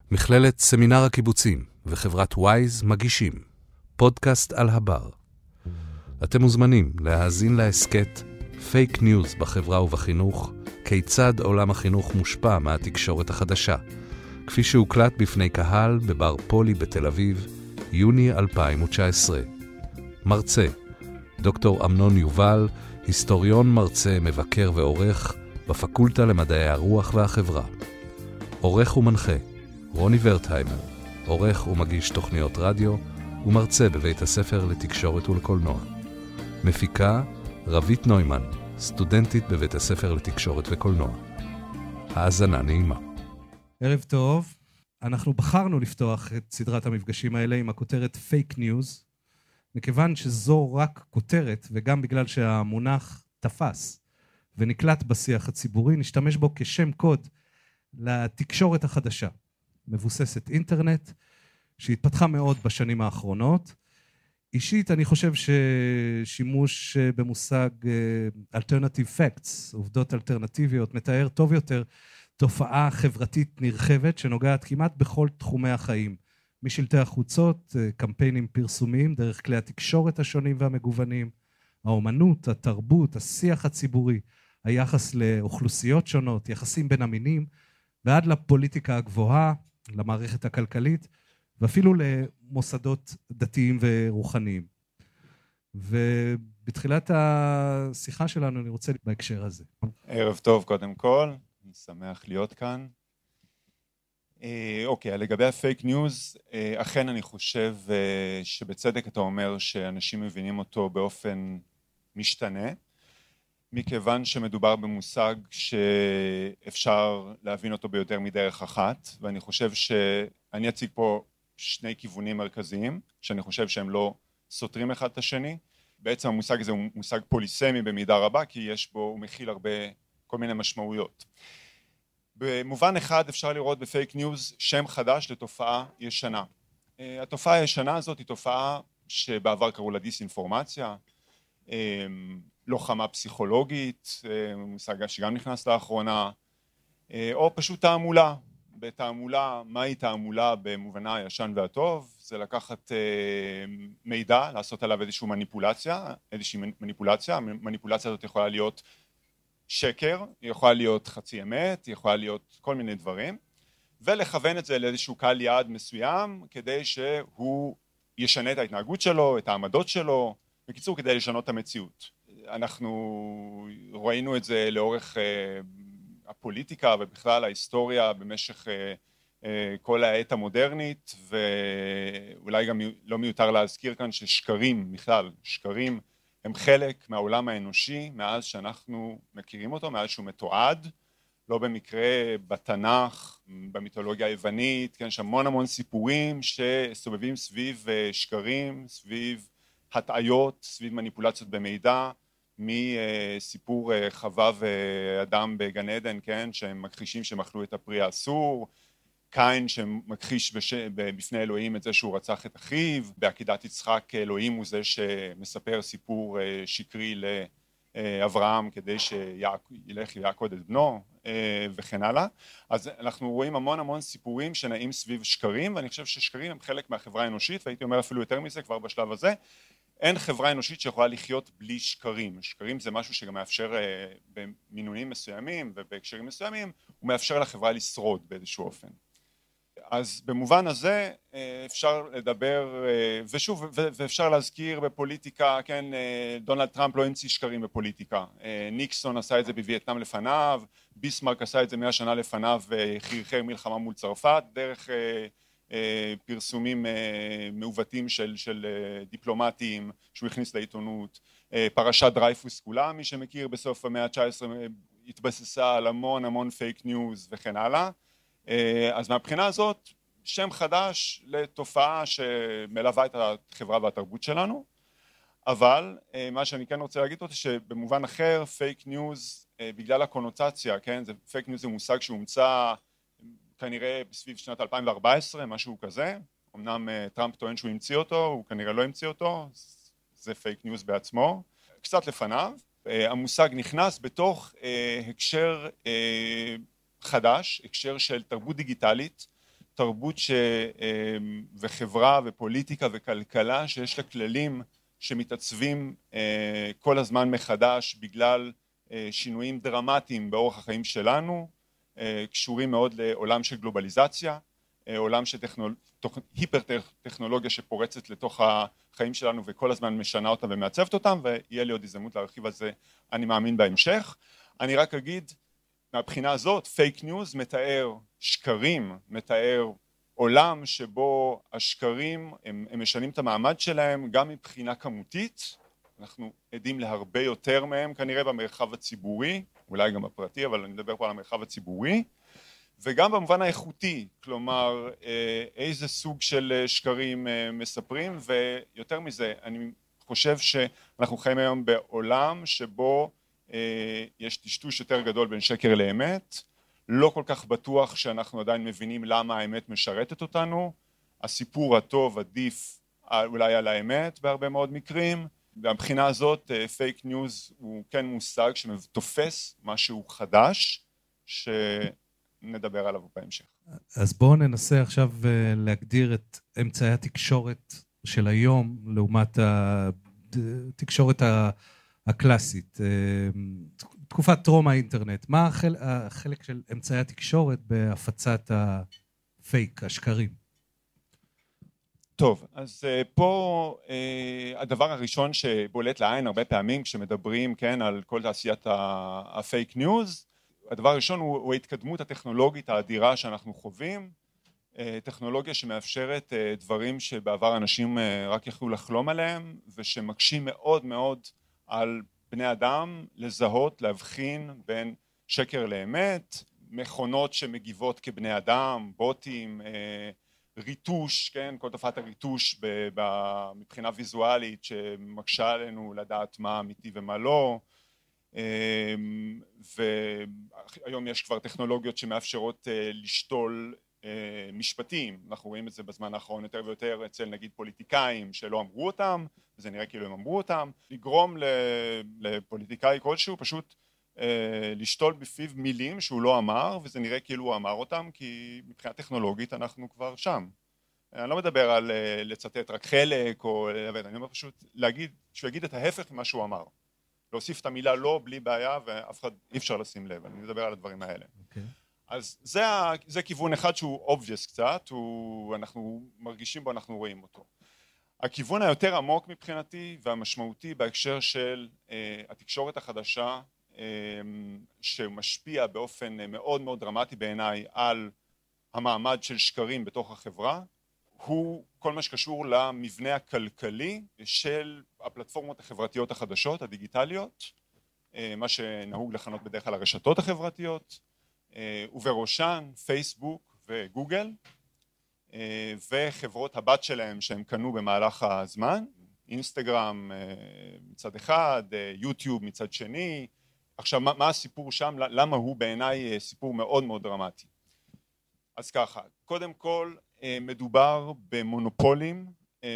מכללת סמינר הקיבוצים וחברת וויז מגישים פודקאסט על הבר. אתם מוזמנים להאזין להסכת פייק ניוז בחברה ובחינוך, כיצד עולם החינוך מושפע מהתקשורת החדשה, כפי שהוקלט בפני קהל בבר פולי בתל אביב, יוני 2019. מרצה, דוקטור אמנון יובל, היסטוריון מרצה, מבקר ועורך בפקולטה למדעי הרוח והחברה. עורך ומנחה, רוני ורטהיימר, עורך ומגיש תוכניות רדיו ומרצה בבית הספר לתקשורת ולקולנוע. מפיקה, רבית נוימן, סטודנטית בבית הספר לתקשורת וקולנוע. האזנה נעימה. ערב טוב. אנחנו בחרנו לפתוח את סדרת המפגשים האלה עם הכותרת פייק ניוז, מכיוון שזו רק כותרת, וגם בגלל שהמונח תפס ונקלט בשיח הציבורי, נשתמש בו כשם קוד לתקשורת החדשה, מבוססת אינטרנט, שהתפתחה מאוד בשנים האחרונות. אישית אני חושב ששימוש במושג alternative facts, עובדות אלטרנטיביות, מתאר טוב יותר תופעה חברתית נרחבת שנוגעת כמעט בכל תחומי החיים, משלטי החוצות, קמפיינים פרסומיים, דרך כלי התקשורת השונים והמגוונים, האומנות, התרבות, השיח הציבורי, היחס לאוכלוסיות שונות, יחסים בין המינים, ועד לפוליטיקה הגבוהה, למערכת הכלכלית, ואפילו למוסדות דתיים ורוחניים. ובתחילת השיחה שלנו אני רוצה בהקשר הזה. ערב טוב קודם כל, אני שמח להיות כאן. אוקיי, לגבי הפייק ניוז, אכן אני חושב שבצדק אתה אומר שאנשים מבינים אותו באופן משתנה, מכיוון שמדובר במושג שאפשר להבין אותו ביותר מדרך אחת, ואני חושב שאני אציג פה שני כיוונים מרכזיים, שאני חושב שהם לא סותרים אחד את השני. בעצם המושג הזה הוא מושג פוליסמי במידה רבה, כי יש בו, הוא מכיל הרבה, כל מיני משמעויות. במובן אחד אפשר לראות בפייק ניוז שם חדש לתופעה ישנה. התופעה הישנה הזאת היא תופעה שבעבר קראו לה דיסאינפורמציה, לוחמה פסיכולוגית, מושג שגם נכנס לאחרונה, או פשוט תעמולה. בתעמולה, מהי תעמולה במובנה הישן והטוב? זה לקחת מידע, לעשות עליו איזושהי מניפולציה, המניפולציה הזאת יכולה להיות שקר, היא יכולה להיות חצי אמת, היא יכולה להיות כל מיני דברים, ולכוון את זה לאיזשהו קהל יעד מסוים, כדי שהוא ישנה את ההתנהגות שלו, את העמדות שלו, בקיצור כדי לשנות את המציאות. אנחנו ראינו את זה לאורך הפוליטיקה ובכלל ההיסטוריה במשך כל העת המודרנית, ואולי גם לא מיותר להזכיר כאן ששקרים, בכלל, שקרים הם חלק מהעולם האנושי מאז שאנחנו מכירים אותו, מאז שהוא מתועד, לא במקרה בתנ"ך, במיתולוגיה היוונית, כן, יש המון סיפורים שסובבים סביב שקרים, סביב הטעיות, סביב מניפולציות במידע, מסיפור חווה ואדם בגן עדן, כן, שהם מכחישים שהם אכלו את הפרי האסור, קין שמכחיש בפני אלוהים את זה שהוא רצח את אחיו, בעקידת יצחק אלוהים הוא זה שמספר סיפור שקרי לאברהם כדי שילך ויעקוד את בנו וכן הלאה. אז אנחנו רואים המון סיפורים שנעים סביב שקרים, ואני חושב ששקרים הם חלק מהחברה האנושית, והייתי אומר אפילו יותר מזה כבר בשלב הזה. אין חברה אנושית שיכולה לחיות בלי שקרים. שקרים זה משהו שגם מאפשר במינונים מסוימים ובהקשרים מסוימים, הוא מאפשר לחברה לשרוד באיזשהו אופן. אז במובן הזה אפשר לדבר, ושוב, ואפשר להזכיר בפוליטיקה, כן, דונלד טראמפ לא המציא שקרים בפוליטיקה. ניקסון עשה את זה בווייטנאם לפניו, ביסמרק עשה את זה 100 שנה לפניו, חרחר מלחמה מול צרפת, דרך פרסומים מעוותים של דיפלומטים שהוא הכניס לעיתונות. פרשת דרייפוס כולה, מי שמכיר, בסוף המאה ה-19 התבססה על המון פייק ניוז וכן הלאה. אז מהבחינה הזאת שם חדש לתופעה שמלווה את החברה והתרבות שלנו, אבל מה שאני כן רוצה להגיד אותו שבמובן אחר פייק ניוז בגלל הקונוטציה, כן, פייק ניוז זה מושג שהומצא כנראה בסביב שנת 2014, משהו כזה. אמנם טראמפ טוען שהוא המציא אותו, הוא כנראה לא המציא אותו, זה פייק ניוז בעצמו. קצת לפניו, המושג נכנס בתוך הקשר חדש, הקשר של תרבות דיגיטלית, תרבות וחברה ופוליטיקה וכלכלה שיש לה כללים שמתעצבים כל הזמן מחדש בגלל שינויים דרמטיים באורח החיים שלנו, קשורים מאוד לעולם של גלובליזציה, עולם של היפר טכנולוגיה שפורצת לתוך החיים שלנו וכל הזמן משנה אותם ומעצבת אותם, ויהיה לי עוד הזדמנות להרחיב על זה אני מאמין בהמשך. אני רק אגיד מהבחינה הזאת פייק ניוז מתאר שקרים, מתאר עולם שבו השקרים הם משנים את המעמד שלהם גם מבחינה כמותית, אנחנו עדים להרבה יותר מהם כנראה במרחב הציבורי, אולי גם בפרטי אבל אני מדבר פה על המרחב הציבורי, וגם במובן האיכותי, כלומר איזה סוג של שקרים מספרים, ויותר מזה אני חושב שאנחנו חיים היום בעולם שבו יש טשטוש יותר גדול בין שקר לאמת, לא כל כך בטוח שאנחנו עדיין מבינים למה האמת משרתת אותנו, הסיפור הטוב עדיף אולי על האמת בהרבה מאוד מקרים, והבחינה הזאת פייק ניוז הוא כן מושג שתופס משהו חדש שנדבר עליו בהמשך. אז בואו ננסה עכשיו להגדיר את אמצעי התקשורת של היום לעומת התקשורת הקלאסית, תקופת טרום האינטרנט. מה החלק של אמצעי התקשורת בהפצת הפייק, השקרים? טוב, אז פה הדבר הראשון שבולט לעין הרבה פעמים כשמדברים כן על כל תעשיית הפייק ניוז, הדבר הראשון הוא ההתקדמות הטכנולוגית האדירה שאנחנו חווים, טכנולוגיה שמאפשרת דברים שבעבר אנשים רק יכלו לחלום עליהם ושמקשים מאוד מאוד על בני אדם לזהות, להבחין בין שקר לאמת, מכונות שמגיבות כבני אדם, בוטים, ריטוש, כן, כל תופעת הריטוש מבחינה ויזואלית שמקשה עלינו לדעת מה אמיתי ומה לא, והיום יש כבר טכנולוגיות שמאפשרות לשתול משפטים, אנחנו רואים את זה בזמן האחרון יותר ויותר אצל נגיד פוליטיקאים שלא אמרו אותם, וזה נראה כאילו הם אמרו אותם, לגרום לפוליטיקאי כלשהו פשוט לשתול בפיו מילים שהוא לא אמר וזה נראה כאילו הוא אמר אותם, כי מבחינה טכנולוגית אנחנו כבר שם. אני לא מדבר על לצטט רק חלק או אני אומר פשוט להגיד, שהוא יגיד את ההפך ממה שהוא אמר, להוסיף את המילה לא בלי בעיה ואף אחד אי אפשר לשים לב, אני מדבר על הדברים האלה. אז זה כיוון אחד שהוא obvious קצת, אנחנו מרגישים בו, אנחנו רואים אותו. הכיוון היותר עמוק מבחינתי והמשמעותי בהקשר של התקשורת החדשה שמשפיע באופן מאוד מאוד דרמטי בעיניי על המעמד של שקרים בתוך החברה, הוא כל מה שקשור למבנה הכלכלי של הפלטפורמות החברתיות החדשות, הדיגיטליות, מה שנהוג לכנות בדרך כלל הרשתות החברתיות, ובראשן פייסבוק וגוגל, וחברות הבת שלהם שהם קנו במהלך הזמן, אינסטגרם מצד אחד, יוטיוב מצד שני. עכשיו מה הסיפור שם, למה הוא בעיניי סיפור מאוד מאוד דרמטי? אז ככה, קודם כל מדובר במונופולים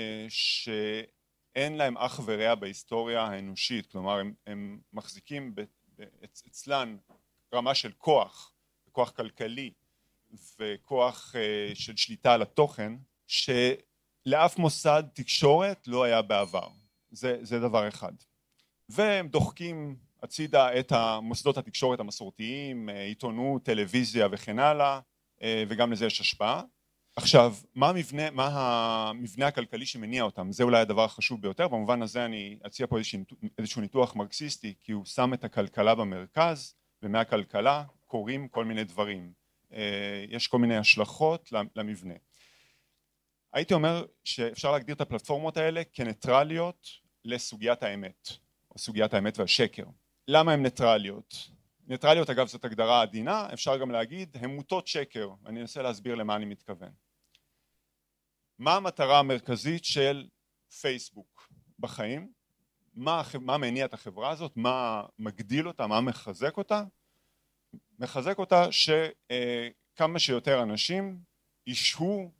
שאין להם אח ורע בהיסטוריה האנושית, כלומר הם מחזיקים אצלן רמה של כוח כלכלי וכוח של שליטה על התוכן שלאף מוסד תקשורת לא היה בעבר, זה דבר אחד. והם דוחקים הצידה את המוסדות התקשורת המסורתיים, עיתונות, טלוויזיה וכן הלאה, וגם לזה יש השפעה. עכשיו, מה המבנה הכלכלי שמניע אותם? זה אולי הדבר החשוב ביותר, במובן הזה אני אציע פה איזשהו ניתוח מרקסיסטי, כי הוא שם את הכלכלה במרכז, ומהכלכלה קורים כל מיני דברים. יש כל מיני השלכות למבנה. הייתי אומר שאפשר להגדיר את הפלטפורמות האלה כניטרליות לסוגיית האמת, או סוגיית האמת והשקר. למה הן ניטרליות? ניטרליות אגב זאת הגדרה עדינה, אפשר גם להגיד הן מוטות שקר, אני אנסה להסביר למה אני מתכוון. מה המטרה המרכזית של פייסבוק בחיים? מה מניע את החברה הזאת? מה מגדיל אותה? מה מחזק אותה? מחזק אותה שכמה שיותר אנשים ישהו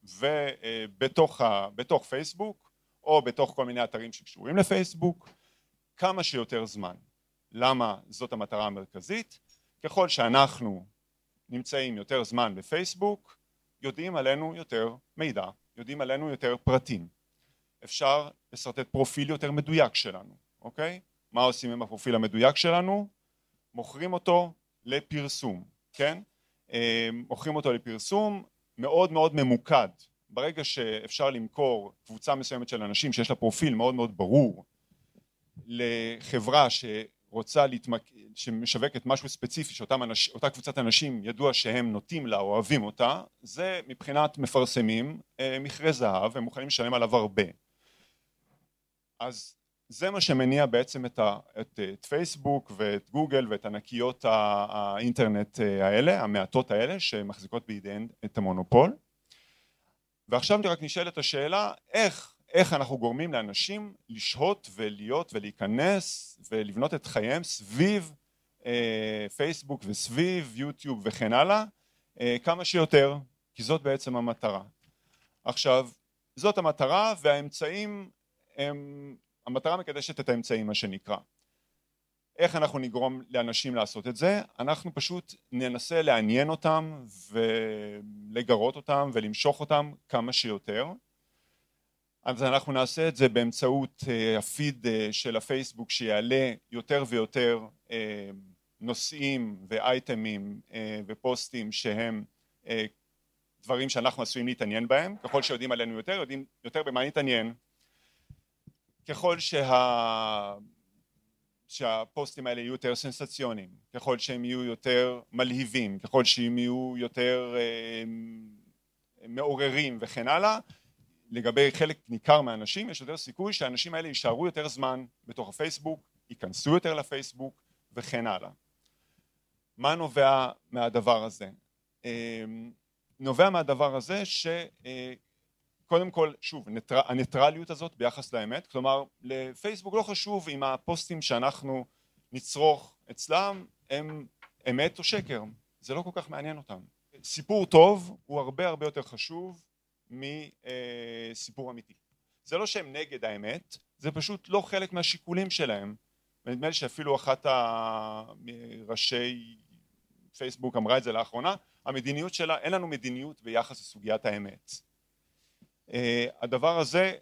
בתוך פייסבוק או בתוך כל מיני אתרים שקשורים לפייסבוק כמה שיותר זמן. למה זאת המטרה המרכזית? ככל שאנחנו נמצאים יותר זמן בפייסבוק יודעים עלינו יותר מידע, יודעים עלינו יותר פרטים. אפשר לסרטט פרופיל יותר מדויק שלנו, אוקיי? מה עושים עם הפרופיל המדויק שלנו? מוכרים אותו לפרסום, כן? מוכרים אותו לפרסום מאוד מאוד ממוקד. ברגע שאפשר למכור קבוצה מסוימת של אנשים שיש לה פרופיל מאוד מאוד ברור לחברה שרוצה שמשווקת משהו ספציפי שאותה קבוצת אנשים ידוע שהם נוטים לה או אוהבים אותה, זה מבחינת מפרסמים מכרה זהב, הם מוכנים לשלם עליו הרבה. אז זה מה שמניע בעצם את פייסבוק ואת גוגל ואת ענקיות האינטרנט האלה, המעטות האלה שמחזיקות בידיהן את המונופול. ועכשיו רק נשאלת השאלה איך אנחנו גורמים לאנשים לשהות ולהיות ולהיכנס ולבנות את חייהם סביב פייסבוק וסביב יוטיוב וכן הלאה כמה שיותר, כי זאת בעצם המטרה. עכשיו זאת המטרה והאמצעים הם, המטרה מקדשת את האמצעים מה שנקרא. איך אנחנו נגרום לאנשים לעשות את זה? אנחנו פשוט ננסה לעניין אותם ולגרות אותם ולמשוך אותם כמה שיותר. אז אנחנו נעשה את זה באמצעות הפיד של הפייסבוק שיעלה יותר ויותר נושאים ואייטמים ופוסטים שהם דברים שאנחנו עשויים להתעניין בהם. ככל שיודעים עלינו יותר, יודעים יותר במה נתעניין. ככל שהפוסטים האלה יהיו יותר סנסציוניים, ככל שהם יהיו יותר מלהיבים, ככל שהם יהיו יותר מעוררים וכן הלאה, לגבי חלק ניכר מהאנשים יש יותר סיכוי שהאנשים האלה יישארו יותר זמן בתוך הפייסבוק, ייכנסו יותר לפייסבוק וכן הלאה. מה נובע מהדבר הזה? נובע מהדבר הזה קודם כל, שוב, הניטרליות הזאת ביחס לאמת, כלומר לפייסבוק לא חשוב אם הפוסטים שאנחנו נצרוך אצלם הם אמת או שקר, זה לא כל כך מעניין אותם. סיפור טוב הוא הרבה הרבה יותר חשוב מסיפור אמיתי. זה לא שהם נגד האמת, זה פשוט לא חלק מהשיקולים שלהם. ונדמה לי שאפילו אחת הראשי פייסבוק אמרה את זה לאחרונה, המדיניות שלה, אין לנו מדיניות ביחס לסוגיית האמת. הדבר הזה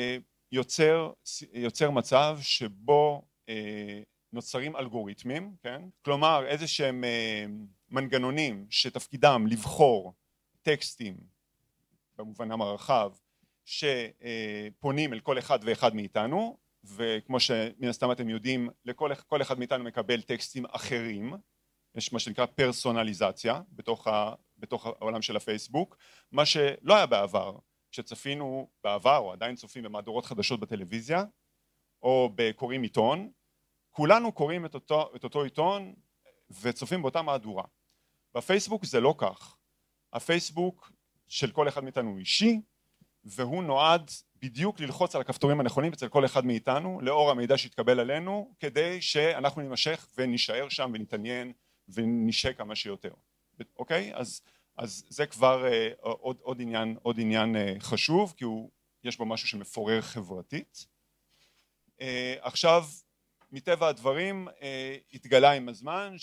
יוצר מצב שבו נוצרים אלגוריתמים, כן? כלומר איזה שהם מנגנונים שתפקידם לבחור טקסטים במובנם הרחב שפונים אל כל אחד ואחד מאיתנו, וכמו שמן הסתם אתם יודעים, כל אחד מאיתנו מקבל טקסטים אחרים, יש מה שנקרא פרסונליזציה בתוך העולם של הפייסבוק, מה שלא היה בעבר. כשצפינו בעבר או עדיין צופים במהדורות חדשות בטלוויזיה או בקוראים עיתון, כולנו קוראים את אותו עיתון וצופים באותה מהדורה. בפייסבוק זה לא כך. הפייסבוק של כל אחד מאיתנו הוא אישי, והוא נועד בדיוק ללחוץ על הכפתורים הנכונים אצל כל אחד מאיתנו לאור המידע שהתקבל עלינו, כדי שאנחנו נמשך ונשאר שם ונתעניין ונשאר כמה שיותר. אוקיי? אז זה כבר עוד עניין חשוב, כי יש בו משהו שמפורר חברתית. עכשיו, מטבע הדברים התגלה עם הזמן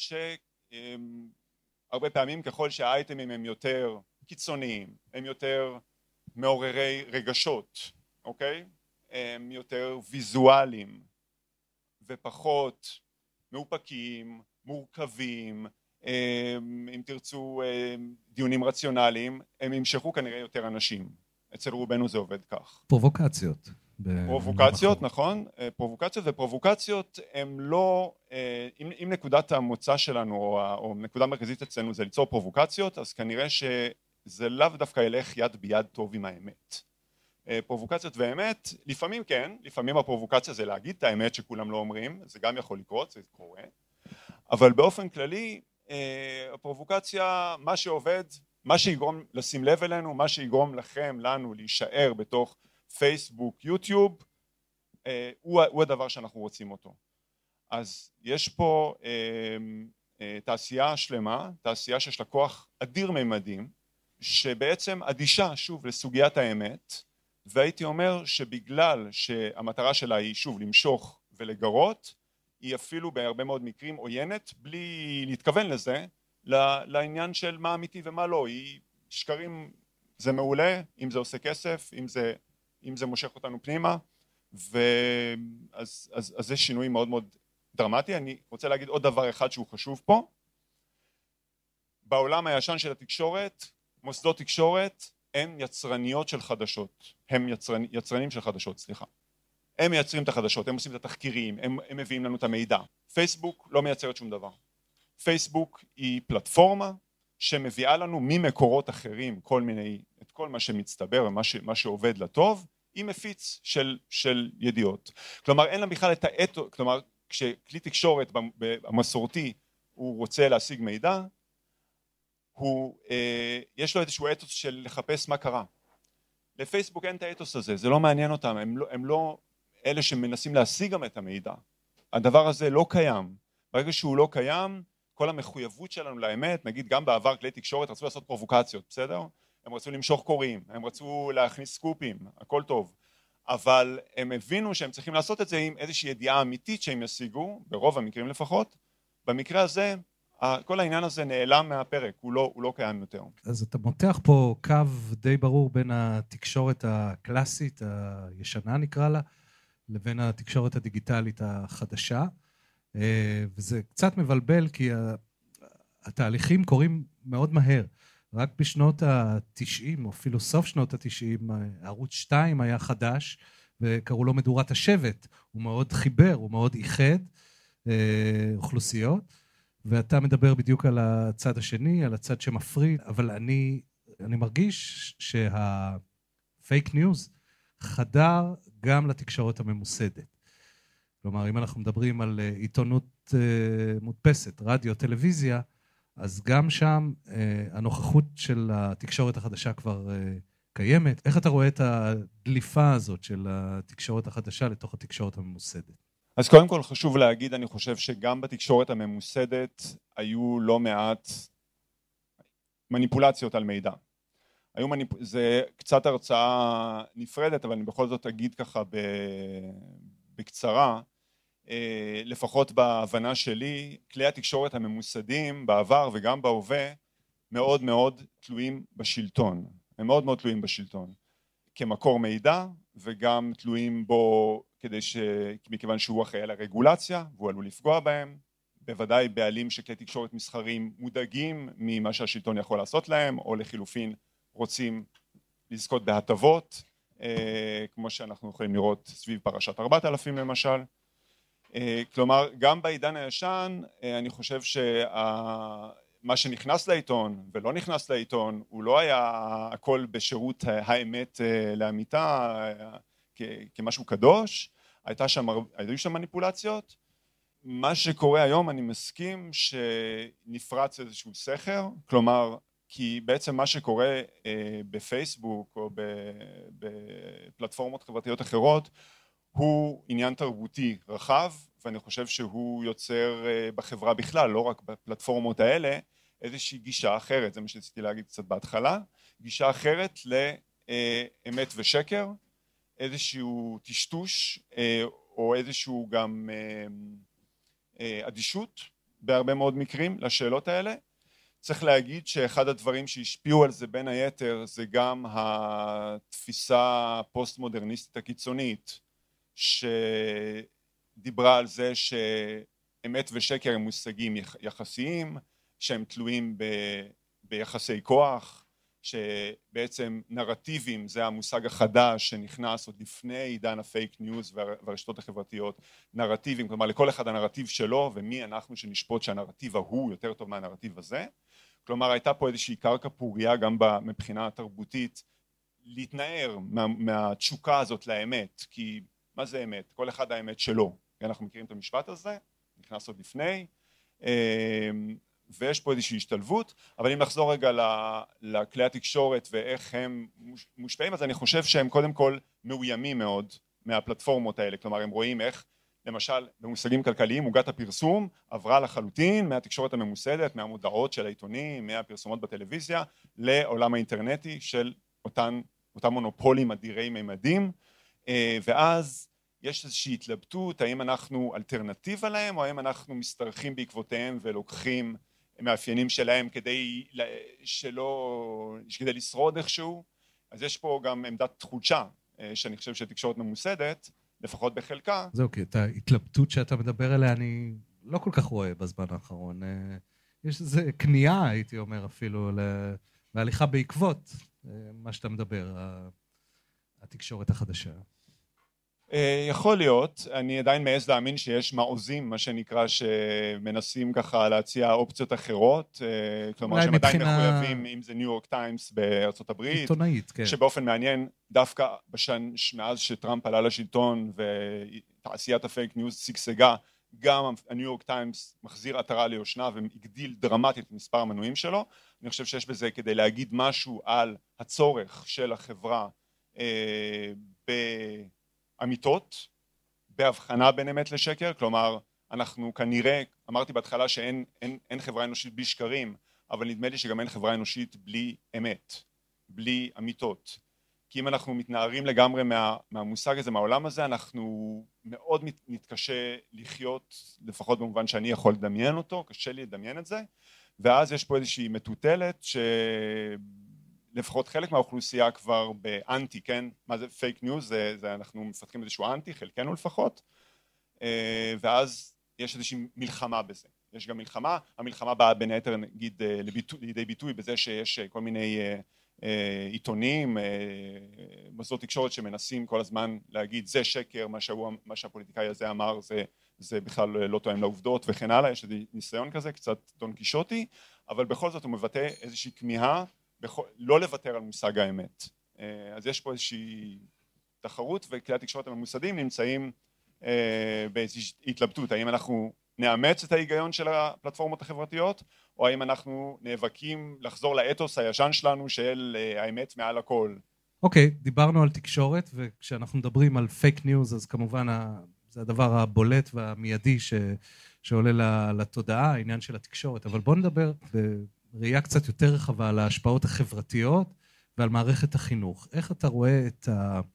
שהרבה פעמים ככל שהאייטמים הם יותר קיצוניים, הם יותר מעוררי רגשות, אוקיי? הם יותר ויזואליים ופחות מאופקים, מורכבים, אם תרצו דיונים רציונליים, הם ימשכו כנראה יותר אנשים. אצל רובנו זה עובד כך. פרובוקציות. פרובוקציות, נכון. פרובוקציות הם לא, אם נקודת המוצא שלנו או נקודה מרכזית אצלנו זה ליצור פרובוקציות, אז כנראה שזה לאו דווקא ילך יד ביד טוב עם האמת. פרובוקציות ואמת, לפעמים כן, לפעמים הפרובוקציה זה להגיד את האמת שכולם לא אומרים, זה גם יכול לקרות, זה קורה, אבל באופן כללי, הפרובוקציה, מה שעובד, מה שיגרום לשים לב אלינו, מה שיגרום לכם, לנו, להישאר בתוך פייסבוק, יוטיוב, הוא הדבר שאנחנו רוצים אותו. אז יש פה תעשייה שלמה, תעשייה שיש לה כוח אדיר ממדים, שבעצם אדישה שוב לסוגיית האמת, והייתי אומר שבגלל שהמטרה שלה היא שוב למשוך ולגרות, היא אפילו בהרבה מאוד מקרים עוינת, בלי להתכוון לזה, לעניין של מה אמיתי ומה לא. היא שקרים זה מעולה, אם זה עושה כסף, אם זה מושך אותנו פנימה, אז זה שינוי מאוד מאוד דרמטי. אני רוצה להגיד עוד דבר אחד שהוא חשוב פה. בעולם הישן של התקשורת, מוסדות תקשורת הם יצרניות של חדשות, הם יצרנים של חדשות, סליחה. הם מייצרים את החדשות, הם עושים את התחקירים, הם מביאים לנו את המידע. פייסבוק לא מייצרת שום דבר. פייסבוק היא פלטפורמה שמביאה לנו ממקורות אחרים את כל מה שמצטבר ומה שעובד לטוב, היא מפיץ של ידיעות. כלומר, אין לה בכלל את האתוס, כלומר, כשכלי תקשורת המסורתי הוא רוצה להשיג מידע, יש לו איזשהו אתוס של לחפש מה קרה. לפייסבוק אין את האתוס הזה, זה לא מעניין אותם, הם לא אלה שמנסים להשיג גם את המידע. הדבר הזה לא קיים. ברגע שהוא לא קיים, כל המחויבות שלנו לאמת, נגיד גם בעבר כלי תקשורת רצו לעשות פרובוקציות, בסדר? הם רצו למשוך קוראים, הם רצו להכניס סקופים, הכל טוב. אבל הם הבינו שהם צריכים לעשות את זה עם איזושהי ידיעה אמיתית שהם ישיגו, ברוב המקרים לפחות. במקרה הזה, כל העניין הזה נעלם מהפרק, הוא לא קיים יותר. אז אתה מותח פה קו די ברור בין התקשורת הקלאסית, הישנה נקרא לה, לבין התקשורת הדיגיטלית החדשה, וזה קצת מבלבל כי התהליכים קורים מאוד מהר. רק בשנות ה-90, או אפילו סוף שנות ה-90, ערוץ 2 היה חדש, וקראו לו מדורת השבט. הוא מאוד חיבר, הוא מאוד איחד אוכלוסיות, ואתה מדבר בדיוק על הצד השני, על הצד שמפריד, אבל אני מרגיש שהפייק ניוז חדר גם לתקשורת הממוסדת. כלומר, אם אנחנו מדברים על עיתונות מודפסת, רדיו, טלוויזיה, אז גם שם הנוכחות של התקשורת החדשה כבר קיימת. איך אתה רואה את הדליפה הזאת של התקשורת החדשה לתוך התקשורת הממוסדת? אז קודם כל חשוב להגיד, אני חושב שגם בתקשורת הממוסדת היו לא מעט מניפולציות על מידע. זה קצת הרצאה נפרדת, אבל אני בכל זאת אגיד ככה בקצרה, לפחות בהבנה שלי, כלי התקשורת הממוסדים בעבר וגם בהווה מאוד מאוד תלויים בשלטון. הם מאוד מאוד תלויים בשלטון. כמקור מידע וגם תלויים בו מכיוון שהוא אחראי על הרגולציה והוא עלול לפגוע בהם. בוודאי בעלים של כלי תקשורת מסחרים מודאגים ממה שהשלטון יכול לעשות להם, או לחילופין רוצים לזכות בהטבות, כמו שאנחנו יכולים לראות סביב פרשת 4000 למשל. כלומר, גם בעידן הישן, אני חושב שמה שנכנס לעיתון ולא נכנס לעיתון, הוא לא היה הכל בשירות האמת לאמיתה כמשהו קדוש, היו שם מניפולציות. מה שקורה היום, אני מסכים שנפרץ איזשהו סכר, כלומר, כי בעצם מה שקורה בפייסבוק או בפלטפורמות חברתיות אחרות, הוא עניין תרבותי רחב, ואני חושב שהוא יוצר בחברה בכלל, לא רק בפלטפורמות האלה, איזושהי גישה אחרת, זה מה שרציתי להגיד קצת בהתחלה, גישה אחרת לאמת ושקר, איזשהו טשטוש, או איזשהו גם אדישות, בהרבה מאוד מקרים, לשאלות האלה. צריך להגיד שאחד הדברים שהשפיעו על זה בין היתר, זה גם התפיסה הפוסט-מודרניסטית הקיצונית, שדיברה על זה שאמת ושקר הם מושגים יחסיים, שהם תלויים ביחסי כוח, שבעצם נרטיבים זה המושג החדש שנכנס עוד לפני עידן הפייק ניוז והרשתות החברתיות. נרטיבים, כלומר לכל אחד הנרטיב שלו, ומי אנחנו שנשפוט שהנרטיב ההוא יותר טוב מהנרטיב הזה. כלומר הייתה פה איזושהי קרקע פוריה גם מבחינה התרבותית להתנער מהתשוקה הזאת לאמת, כי מה זה אמת? כל אחד האמת שלו. אנחנו מכירים את המשפט הזה, נכנס עוד לפני, ויש פה איזושהי השתלבות, אבל אם נחזור רגע לכלי התקשורת ואיך הם מושפעים, אז אני חושב שהם קודם כל מאוימים מאוד מהפלטפורמות האלה, כלומר הם רואים איך למשל במושגים כלכליים עוגת הפרסום עברה לחלוטין מהתקשורת הממוסדת, מהמודעות של העיתונים, מהפרסומות בטלוויזיה, לעולם האינטרנטי של אותם מונופולים אדירי ממדים, ואז יש איזושהי התלבטות, האם אנחנו אלטרנטיבה להם, או האם אנחנו משתרכים בעקבותיהם ולוקחים מאפיינים שלהם כדי לשרוד איכשהו. אז יש פה גם עמדת חולשה, שאני חושב שתקשורת ממוסדת, לפחות בחלקה. זהו, כי את ההתלבטות שאתה מדבר עליה אני לא כל כך רואה בזמן האחרון. יש איזו כניעה, הייתי אומר אפילו, להליכה בעקבות מה שאתה מדבר, התקשורת החדשה. יכול להיות, אני עדיין מעז להאמין שיש מעוזים, מה שנקרא, שמנסים ככה להציע אופציות אחרות, כלומר שהם עדיין מחויבים, אם זה ניו יורק טיימס בארצות הברית, עיתונאית, כן. שבאופן מעניין, דווקא מאז שטראמפ עלה לשלטון ותעשיית הפייק ניוז שגשגה, גם הניו יורק טיימס מחזיר עטרה ליושנה והגדיל דרמטית את מספר המנויים שלו. אני חושב שיש בזה כדי להגיד משהו על הצורך של החברה אמיתות, בהבחנה בין אמת לשקר, כלומר אנחנו כנראה, אמרתי בהתחלה שאין חברה אנושית בלי שקרים, אבל נדמה לי שגם אין חברה אנושית בלי אמת, בלי אמיתות, כי אם אנחנו מתנערים לגמרי מהמושג הזה, מהעולם הזה, אנחנו מאוד נתקשה לחיות, לפחות במובן שאני יכול לדמיין אותו, קשה לי לדמיין את זה, ואז יש פה איזושהי מטוטלת לפחות חלק מהאוכלוסייה כבר באנטי, כן? מה זה פייק ניוז? זה אנחנו מפתחים איזשהו אנטי, חלקנו לפחות, ואז יש איזושהי מלחמה בזה. יש גם מלחמה, המלחמה באה בין היתר נגיד לידי ביטוי בזה שיש כל מיני עיתונים, מוסדות תקשורת שמנסים כל הזמן להגיד זה שקר, מה שהפוליטיקאי הזה אמר זה בכלל לא תואם לעובדות וכן הלאה, יש ניסיון כזה, קצת דון קישוטי, אבל בכל זאת הוא מבטא איזושהי כמיהה לא לוותר על מושג האמת. אז יש פה איזושהי תחרות, וכלי התקשורת הממוסדים נמצאים באיזושהי התלבטות, האם אנחנו נאמץ את ההיגיון של הפלטפורמות החברתיות, או האם אנחנו נאבקים לחזור לאתוס הישן שלנו של האמת מעל הכל. אוקיי, דיברנו על תקשורת, וכשאנחנו מדברים על פייק ניוז, אז כמובן זה הדבר הבולט והמיידי שעולה לתודעה, העניין של התקשורת, אבל בואו נדבר ראייה קצת יותר רחבה על ההשפעות החברתיות ועל מערכת החינוך. איך אתה רואה את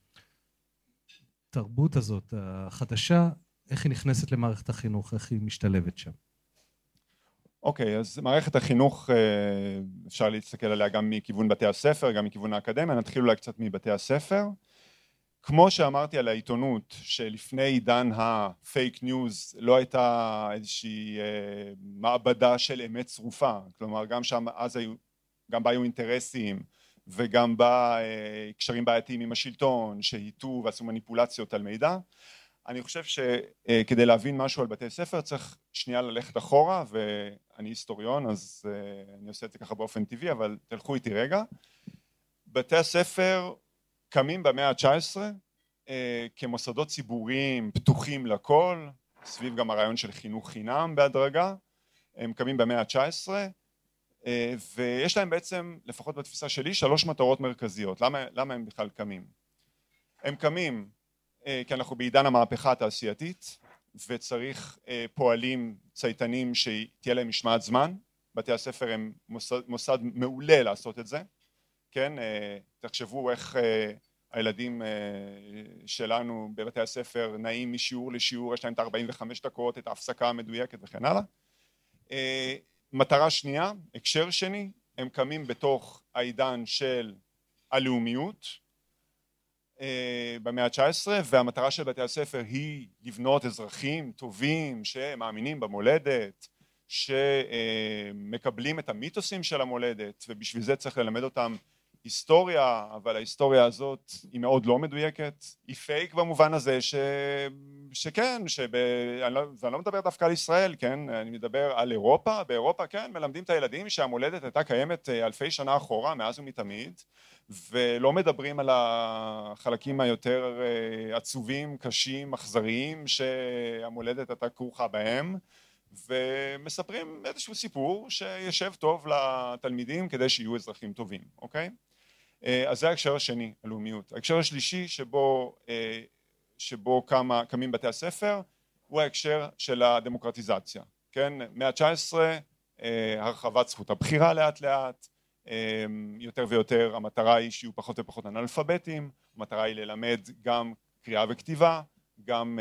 התרבות הזאת החדשה, איך היא נכנסת למערכת החינוך, איך היא משתלבת שם? אוקיי, אז מערכת החינוך, אפשר להסתכל עליה גם מכיוון בתי הספר, גם מכיוון האקדמיה, נתחיל אולי קצת מבתי הספר. כמו שאמרתי על העיתונות, שלפני עידן הפייק ניוז לא הייתה איזושהי מעבדה של אמת צרופה, כלומר גם שם אז גם בה היו אינטרסים וגם בה קשרים בעייתיים עם השלטון שהיטו ועשו מניפולציות על מידע. אני חושב שכדי להבין משהו על בתי ספר צריך שנייה ללכת אחורה, ואני היסטוריון אז אני עושה את זה ככה באופן טבעי, אבל תלכו איתי רגע. בתי הספר קמים במאה ה-19 כמוסדות ציבוריים פתוחים לכל, סביב גם הרעיון של חינוך חינם בהדרגה, הם קמים במאה ה-19 ויש להם בעצם, לפחות בתפיסה שלי, 3 מטרות מרכזיות. למה הם בכלל קמים? הם קמים כי אנחנו בעידן המהפכה התעשייתית וצריך פועלים צייתנים שתהיה להם משמעת זמן, בתי הספר הם מוסד מעולה לעשות את זה, כן, תחשבו איך הילדים שלנו בבתי הספר נעים משיעור לשיעור, יש להם את 45 דקות, את ההפסקה המדויקת וכן הלאה. מטרה שנייה, הקשר שני, הם קמים בתוך העידן של הלאומיות במאה ה-19, והמטרה של בתי הספר היא לבנות אזרחים טובים שמאמינים במולדת, שמקבלים את המיתוסים של המולדת, ובשביל זה צריך ללמד אותם היסטוריה, אבל ההיסטוריה הזאת היא מאוד לא מדויקת, היא פייק במובן הזה שכן, ואני לא מדבר דווקא על ישראל, כן, אני מדבר על אירופה, באירופה כן, מלמדים את הילדים שהמולדת הייתה קיימת אלפי שנה אחורה, מאז ומתמיד, ולא מדברים על החלקים היותר עצובים, קשים, אכזריים, שהמולדת הייתה כרוכה בהם, ומספרים איזשהו סיפור שישב טוב לתלמידים כדי שיהיו אזרחים טובים, אוקיי? אז זה ההקשר השני, הלאומיות. ההקשר השלישי שבו קמים בתי הספר הוא ההקשר של הדמוקרטיזציה, כן? מאה ה-19, הרחבת זכות הבחירה לאט לאט, יותר ויותר המטרה היא שיהיו פחות ופחות אנאלפביתים, המטרה היא ללמד גם קריאה וכתיבה, גם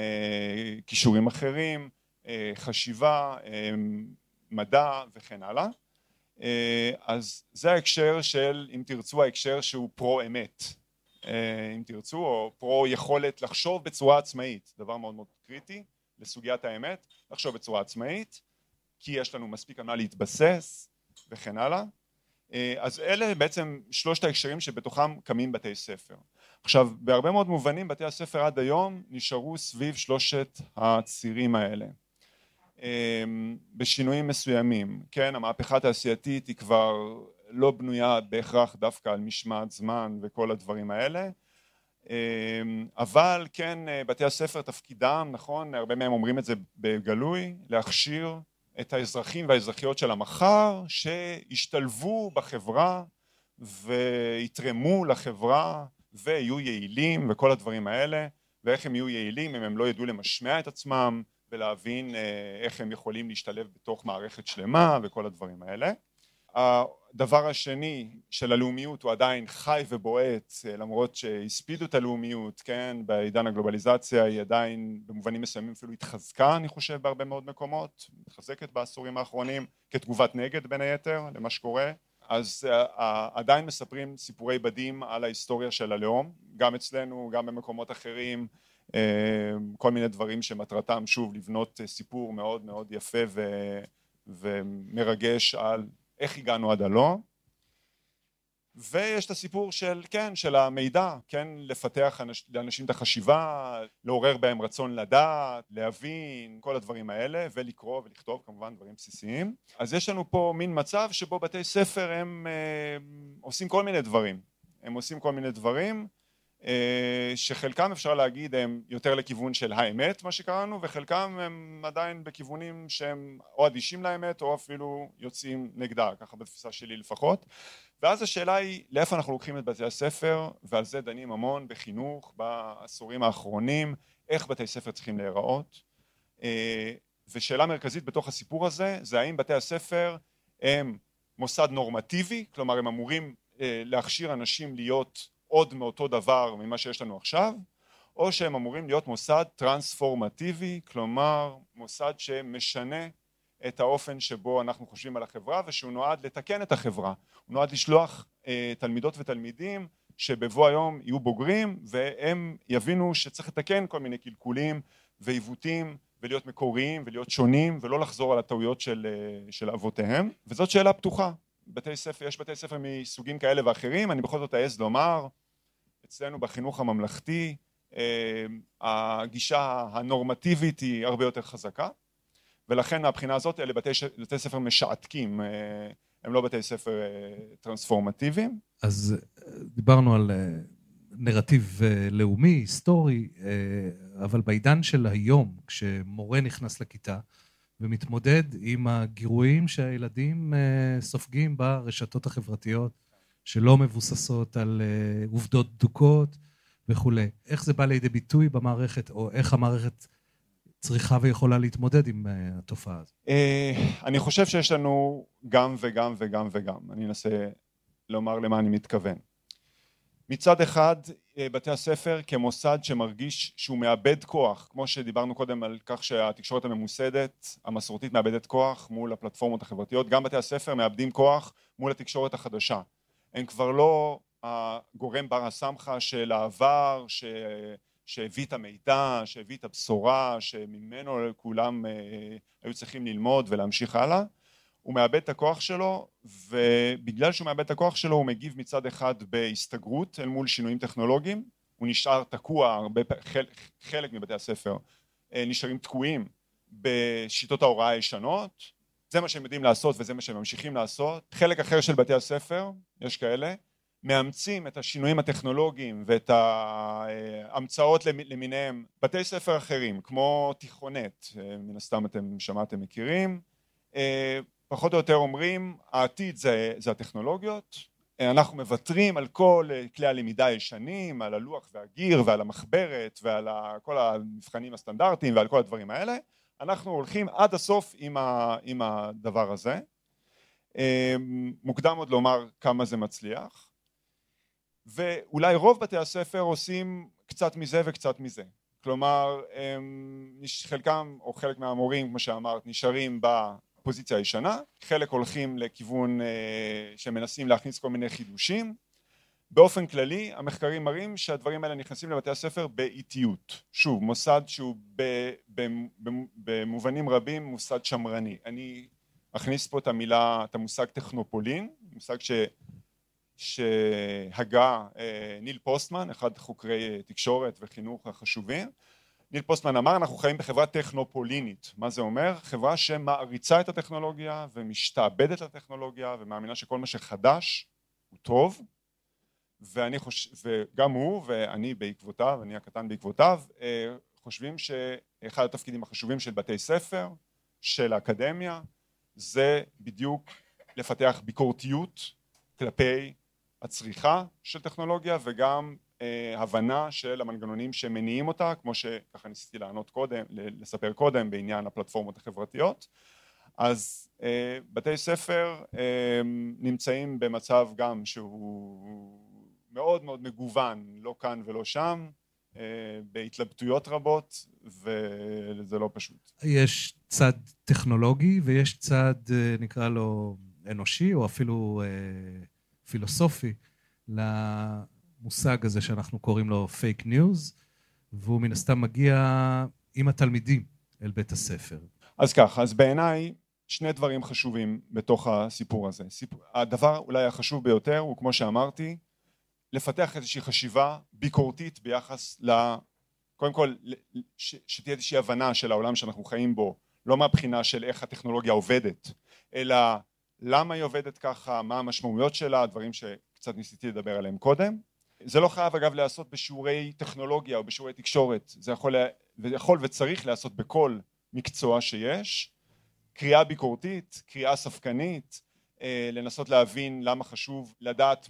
כישורים אחרים, חשיבה, מדע וכן הלאה. אז זה ההקשר של, אם תרצו, ההקשר שהוא פרו-אמת, אם תרצו, או פרו-יכולת לחשוב בצורה עצמאית, דבר מאוד מאוד קריטי לסוגיית האמת, לחשוב בצורה עצמאית, כי יש לנו מספיק על מה להתבסס וכן הלאה. אז אלה בעצם שלושת ההקשרים שבתוכם קמים בתי ספר. עכשיו, בהרבה מאוד מובנים בתי הספר עד היום נשארו סביב שלושת הצירים האלה. בשינויים מסוימים, כן, המהפכה התעשייתית היא כבר לא בנויה בהכרח דווקא על משמעת זמן וכל הדברים האלה, אבל כן, בתי הספר תפקידם, נכון, הרבה מהם אומרים את זה בגלוי, להכשיר את האזרחים והאזרחיות של המחר שישתלבו בחברה ויתרמו לחברה ויהיו יעילים וכל הדברים האלה. ואיך הם יהיו יעילים אם הם לא ידעו למשמע את עצמם ולהבין איך הם יכולים להשתלב בתוך מערכת שלמה וכל הדברים האלה. הדבר השני של הלאומיות הוא עדיין חי ובועט, למרות שהספידו את הלאומיות, כן, בעידן הגלובליזציה היא עדיין במובנים מסוימים אפילו התחזקה, אני חושב, בהרבה מאוד מקומות, מתחזקת בעשורים האחרונים כתגובת נגד בין היתר למה שקורה. אז עדיין מספרים סיפורי בדים על ההיסטוריה של הלאום, גם אצלנו, גם במקומות אחרים, כל מיני דברים שמטרתם שוב לבנות סיפור מאוד מאוד יפה ומרגש על איך הגענו עד הלום. ויש את הסיפור של, כן, של המידע, כן, לפתח לאנשים את החשיבה, לעורר בהם רצון לדעת, להבין, כל הדברים האלה, ולקרוא ולכתוב כמובן דברים בסיסיים. אז יש לנו פה מין מצב שבו בתי ספר הם עושים כל מיני דברים. הם עושים כל מיני דברים שחלקם אפשר להגיד הם יותר לכיוון של האמת, מה שקראנו, וחלקם הם עדיין בכיוונים שהם או אדישים לאמת או אפילו יוצאים נגדה, ככה בתפיסה שלי לפחות. ואז השאלה היא לאיפה אנחנו לוקחים את בתי הספר, ועל זה דנים המון בחינוך בעשורים האחרונים, איך בתי ספר צריכים להיראות. ושאלה מרכזית בתוך הסיפור הזה זה האם בתי הספר הם מוסד נורמטיבי, כלומר הם אמורים להכשיר אנשים להיות עוד מאותו דבר ממה שיש לנו עכשיו, או שהם אמורים להיות מוסד טרנספורמטיבי, כלומר מוסד שמשנה את האופן שבו אנחנו חושבים על החברה, ושהוא נועד לתקן את החברה, הוא נועד לשלוח תלמידות ותלמידים שבבוא היום יהיו בוגרים, והם יבינו שצריך לתקן כל מיני קלקולים ועיוותים, ולהיות מקוריים ולהיות שונים, ולא לחזור על הטעויות של אבותיהם. וזאת שאלה פתוחה. בתי ספר, יש בתי ספר מסוגים כאלה ואחרים, אני בכל זאת אעז לומר, אצלנו בחינוך הממלכתי, הגישה הנורמטיבית היא הרבה יותר חזקה, ולכן מהבחינה הזאת אלה בתי ספר משעתקים, הם לא בתי ספר טרנספורמטיביים. אז דיברנו על נרטיב לאומי, היסטורי, אבל בעידן של היום, כשמורה נכנס לכיתה ומתמודד עם הגירויים שהילדים סופגים ברשתות החברתיות, שלא מבוססות על עובדות דוקות וכו'. איך זה בא לידי ביטוי במערכת, או איך המערכת צריכה ויכולה להתמודד עם התופעה הזאת? אני חושב שיש לנו גם וגם וגם וגם. אני אנסה לומר למה אני מתכוון. מצד אחד, בתי הספר כמוסד שמרגיש שהוא מאבד כוח, כמו שדיברנו קודם על כך שהתקשורת הממוסדת, המסורתית מאבדת כוח מול הפלטפורמות החברתיות, גם בתי הספר מאבדים כוח מול התקשורת החדשה. הם כבר לא הגורם בר הסמכה של העבר, שהביא את המידע, שהביא את הבשורה, שממנו כולם היו צריכים ללמוד ולהמשיך הלאה. הוא מאבד את הכוח שלו, ובגלל שהוא מאבד את הכוח שלו הוא מגיב מצד אחד בהסתגרות אל מול שינויים טכנולוגיים, הוא נשאר תקוע, חלק מבתי הספר נשארים תקועים בשיטות ההוראה הישנות, זה מה שהם יודעים לעשות וזה מה שהם ממשיכים לעשות. חלק אחר של בתי הספר, יש כאלה, מאמצים את השינויים הטכנולוגיים ואת ההמצאות למיניהם. בתי ספר אחרים, כמו תיכונת, מן הסתם אתם שמעתם מכירים, פחות או יותר אומרים, העתיד זה הטכנולוגיות, אנחנו מוותרים על כל כלי הלמידה הישנים, על הלוח והגיר ועל המחברת ועל כל המבחנים הסטנדרטיים ועל כל הדברים האלה, אנחנו הולכים עד הסוף עם הדבר הזה. מוקדם עוד לומר כמה זה מצליח, ואולי רוב בתי הספר עושים קצת מזה וקצת מזה. כלומר, חלקם או חלק מהמורים, כמו שאמרת, נשארים בפוזיציה הישנה, חלק הולכים לכיוון שמנסים להכניס כל מיני חידושים. באופן כללי, המחקרים מראים שהדברים האלה נכנסים לבתי הספר באיטיות. שוב, מוסד שהוא במובנים רבים מוסד שמרני. אני אכניס פה את המושג טכנופולין, מושג שהגה ניל פוסטמן, אחד חוקרי תקשורת וחינוך החשובים. ניל פוסטמן אמר, אנחנו חיים בחברה טכנופולינית. מה זה אומר? חברה שמעריצה את הטכנולוגיה ומשתעבדת לטכנולוגיה ומאמינה שכל מה שחדש הוא טוב. וגם הוא ואני בעקבותיו, אני הקטן בעקבותיו, חושבים שאחד התפקידים החשובים של בתי ספר, של האקדמיה, זה בדיוק לפתח ביקורתיות כלפי הצריכה של טכנולוגיה וגם הבנה של המנגנונים שמניעים אותה, כמו שככה ניסיתי לספר קודם בעניין הפלטפורמות החברתיות. אז בתי ספר נמצאים במצב גם שהוא מאוד מאוד מגוון, לא כאן ולא שם, בהתלבטויות רבות, וזה לא פשוט. יש צד טכנולוגי ויש צד, נקרא לו, אנושי, או אפילו פילוסופי, למושג הזה שאנחנו קוראים לו פייק ניוז, והוא מן הסתם מגיע עם התלמידים אל בית הספר. אז ככה, אז בעיניי, שני דברים חשובים בתוך הסיפור הזה. הדבר אולי החשוב ביותר הוא, כמו שאמרתי, לפתח איזושהי חשיבה ביקורתית ביחס קודם כל, שתהיה איזושהי הבנה של העולם שאנחנו חיים בו, לא מהבחינה של איך הטכנולוגיה עובדת, אלא למה היא עובדת ככה, מה המשמעויות שלה, דברים שקצת ניסיתי לדבר עליהם קודם. זה לא חייב אגב לעשות בשיעורי טכנולוגיה או בשיעורי תקשורת, זה יכול וצריך לעשות בכל מקצוע שיש, קריאה ביקורתית, קריאה ספקנית, לנסות להבין למה חשוב לדעת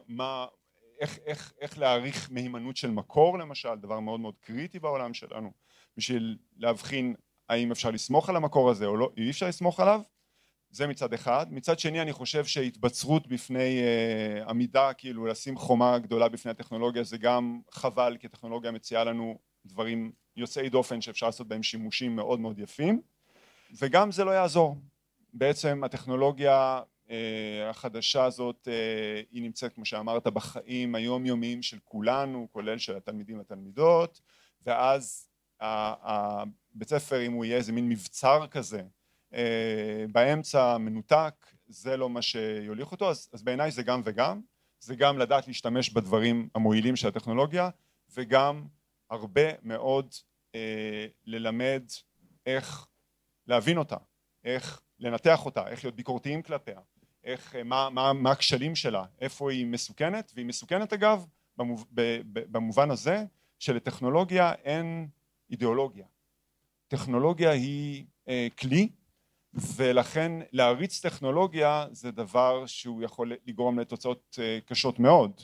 איך להעריך מהימנות של מקור למשל, דבר מאוד מאוד קריטי בעולם שלנו, בשביל להבחין האם אפשר לסמוך על המקור הזה או לא, אי אפשר לסמוך עליו. זה מצד אחד. מצד שני אני חושב שהתבצרות בפני עמידה, כאילו לשים חומה גדולה בפני הטכנולוגיה, זה גם חבל, כי הטכנולוגיה מציעה לנו דברים יוצאי דופן שאפשר לעשות בהם שימושים מאוד מאוד יפים, וגם זה לא יעזור. בעצם הטכנולוגיה החדשה הזאת היא נמצאת, כמו שאמרת, בחיים היומיומיים של כולנו, כולל של התלמידים והתלמידות, ואז הבית ספר, אם הוא יהיה איזה מין מבצר כזה באמצע מנותק, זה לא מה שיוליך אותו. אז בעיניי זה גם וגם, זה גם לדעת להשתמש בדברים המועילים של הטכנולוגיה, וגם הרבה מאוד ללמד איך להבין אותה, איך לנתח אותה, איך להיות ביקורתיים כלפיה, מה הכשלים שלה, איפה היא מסוכנת. והיא מסוכנת אגב במובן הזה שלטכנולוגיה אין אידיאולוגיה. טכנולוגיה היא כלי, ולכן להריץ טכנולוגיה זה דבר שהוא יכול לגרום לתוצאות קשות מאוד,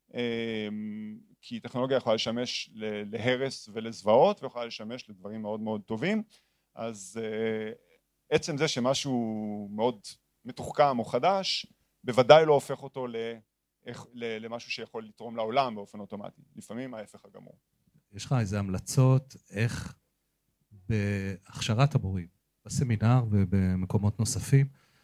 כי טכנולוגיה יכולה לשמש להרס ולזוועות, ויכולה לשמש לדברים מאוד מאוד טובים. אז עצם זה שמשהו מאוד מתוחכם או חדש, בוודאי לא הופך אותו למשהו שיכול לתרום לעולם באופן אוטומטי. לפעמים ההפך הגמור. יש לך איזה המלצות איך בהכשרת המורים, בסמינר ובמקומות נוספים,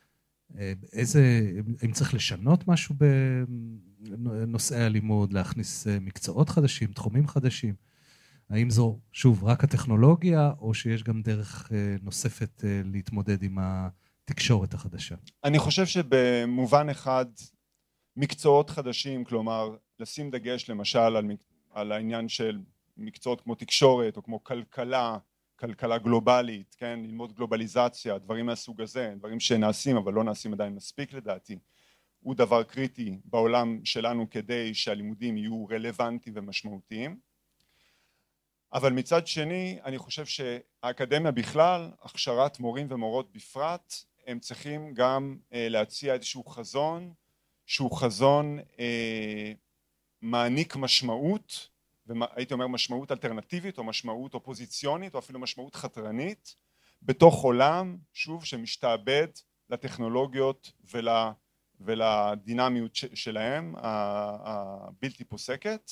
אם צריך לשנות משהו בנושאי הלימוד, להכניס מקצועות חדשים, תחומים חדשים, האם זו, שוב, רק הטכנולוגיה, או שיש גם דרך נוספת להתמודד עם התקשורת החדשה? אני חושב שבמובן אחד, מקצועות חדשים, כלומר, לשים דגש למשל על העניין של מקצועות כמו תקשורת, או כמו כלכלה גלובלית, כן? ללמוד גלובליזציה, דברים מהסוג הזה, דברים שנעשים אבל לא נעשים עדיין מספיק לדעתי, הוא דבר קריטי בעולם שלנו כדי שהלימודים יהיו רלוונטיים ומשמעותיים. אבל מצד שני אני חושב שהאקדמיה בכלל, הכשרת מורים ומורות בפרט, הם צריכים גם להציע איזשהו חזון, שהוא חזון מעניק משמעות, והייתי אומר משמעות אלטרנטיבית או משמעות אופוזיציונית או אפילו משמעות חתרנית, בתוך עולם, שוב, שמשתעבד לטכנולוגיות ולדינמיות שלהם, הבלתי פוסקת.